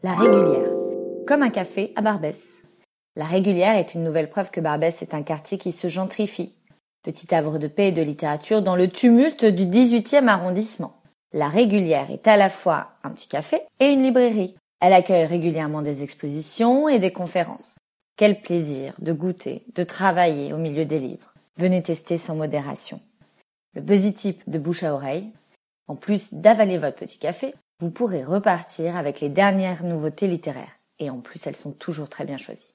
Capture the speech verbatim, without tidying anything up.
La Régulière. Comme un café à Barbès. La Régulière est une nouvelle preuve que Barbès est un quartier qui se gentrifie. Petit havre de paix et de littérature dans le tumulte du dix-huitième arrondissement. La Régulière est à la fois un petit café et une librairie. Elle accueille régulièrement des expositions et des conférences. Quel plaisir de goûter, de travailler au milieu des livres. Venez tester sans modération. Le Buzzy Tip de bouche à oreille. En plus d'avaler votre petit café, vous pourrez repartir avec les dernières nouveautés littéraires. Et en plus, elles sont toujours très bien choisies.